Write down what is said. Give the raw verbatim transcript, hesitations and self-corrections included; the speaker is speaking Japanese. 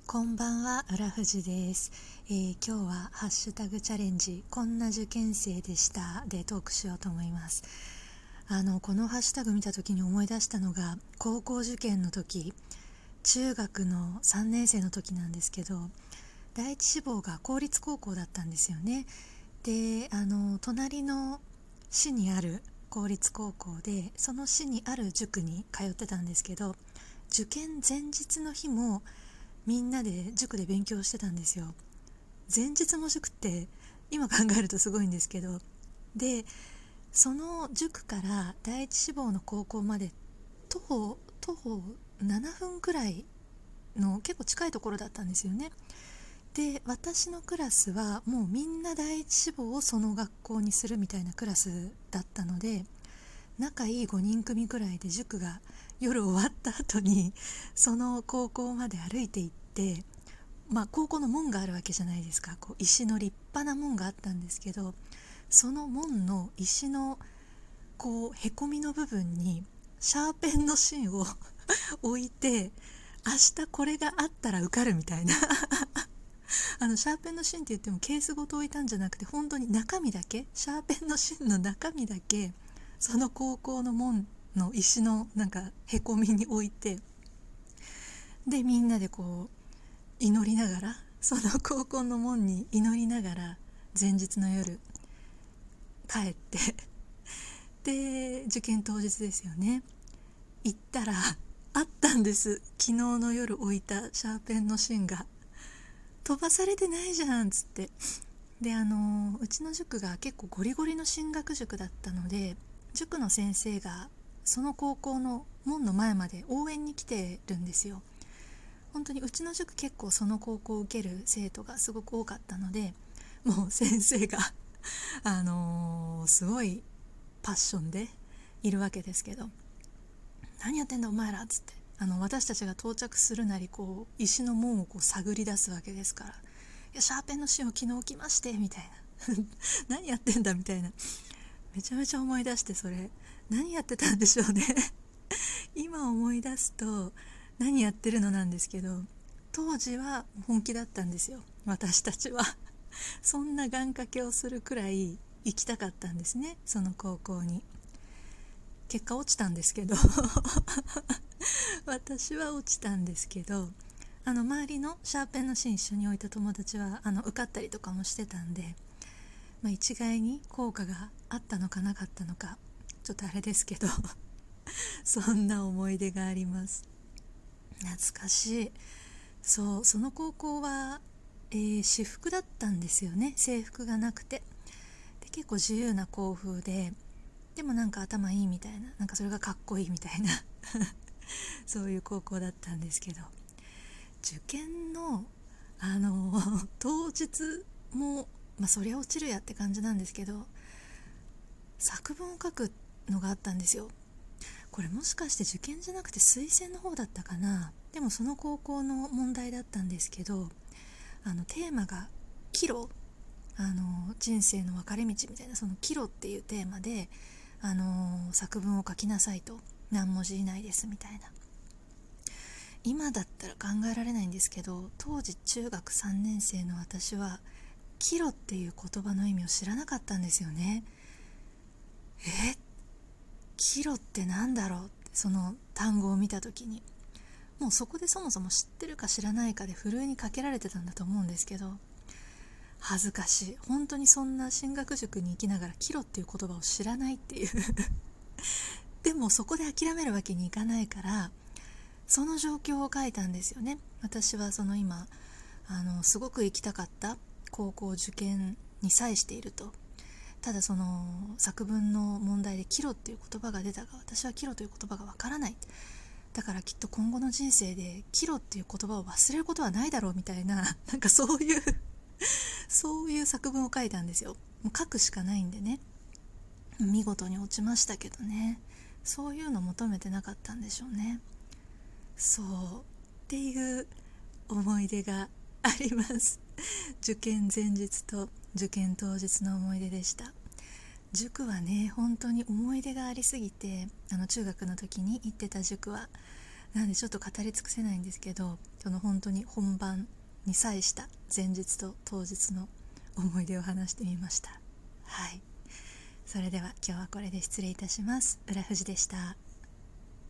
こんばんは、浦藤です、えー、今日はハッシュタグチャレンジこんな受験生でしたでトークしようと思います。あのこのハッシュタグ見た時に思い出したのが高校受験の時、中学のさんねん生の時なんですけど、第一志望が公立高校だったんですよね。で、あの隣の市にある公立高校で、その市にある塾に通ってたんですけど、受験前日の日もみんなで塾で勉強してたんですよ。前日も塾って今考えるとすごいんですけど、でその塾から第一志望の高校まで徒歩徒歩ななふんくらいの結構近いところだったんですよね。で私のクラスはもうみんな第一志望をその学校にするみたいなクラスだったので、仲いいごにん組くらいで塾が夜終わった後にその高校まで歩いて行って、まあ高校の門があるわけじゃないですか。こう石の立派な門があったんですけど、その門の石のこうへこみの部分にシャーペンの芯を置いて、明日これがあったら受かるみたいなあのシャーペンの芯って言ってもケースごと置いたんじゃなくて、本当に中身だけ、シャーペンの芯の中身だけその高校の門の石のなんかへこみに置いて、でみんなでこう祈りながら、その高校の門に祈りながら前日の夜帰ってで受験当日ですよね、行ったらあったんです。昨日の夜置いたシャーペンの芯が飛ばされてないじゃんっつって。であのうちの塾が結構ゴリゴリの進学塾だったので、塾の先生がその高校の門の前まで応援に来てるんですよ。本当にうちの塾結構その高校を受ける生徒がすごく多かったので、もう先生があのー、すごいパッションでいるわけですけど、何やってんだお前らっつって、あの私たちが到着するなりこう石の門をこう探り出すわけですから、いやシャーペンの芯を昨日置きましてみたいな何やってんだみたいな、めちゃめちゃ思い出して、それ何やってたんでしょうね今思い出すと何やってるのなんですけど、当時は本気だったんですよ、私たちはそんな願掛けをするくらい行きたかったんですね、その高校に。結果落ちたんですけど私は落ちたんですけど、あの周りのシャーペンの芯一緒に置いた友達はあの受かったりとかもしてたんで、まあ、一概に効果があったのかなかったのかちょっとあれですけどそんな思い出があります。懐かしい。そうその高校は、えー、私服だったんですよね。制服がなくて、で結構自由な校風で、でもなんか頭いいみたいな、なんかそれがかっこいいみたいなそういう高校だったんですけど、受験のあの当日も、まあ、そりゃ落ちるやって感じなんですけど、作文を書くのがあったんですよ。これもしかして受験じゃなくて推薦の方だったかな。でもその高校の問題だったんですけど、あのテーマが岐路、あの人生の分かれ道みたいな、その岐路っていうテーマであの作文を書きなさいと、何文字以内ですみたいな。今だったら考えられないんですけど、当時中学さんねん生の私は岐路っていう言葉の意味を知らなかったんですよね。え岐路ってなんだろうって、その単語を見た時にもうそこでそもそも知ってるか知らないかでふるいにかけられてたんだと思うんですけど、恥ずかしい。本当にそんな進学塾に行きながら岐路っていう言葉を知らないっていうでもそこで諦めるわけにいかないから、その状況を書いたんですよね。私はその今あのすごく行きたかった高校受験に際していると。ただその作文の問題で岐路っていう言葉が出たが、私は岐路という言葉がわからない、だからきっと今後の人生で岐路っていう言葉を忘れることはないだろうみたいな、なんかそういうそういう作文を書いたんですよ。もう書くしかないんでね。見事に落ちましたけどね。そういうの求めてなかったんでしょうね。そうっていう思い出があります受験前日と受験当日の思い出でした。塾はね本当に思い出がありすぎて、あの中学の時に行ってた塾はなのでちょっと語り尽くせないんですけど、その本当に本番に際した前日と当日の思い出を話してみました。はい、それでは今日はこれで失礼いたします。浦富士でした。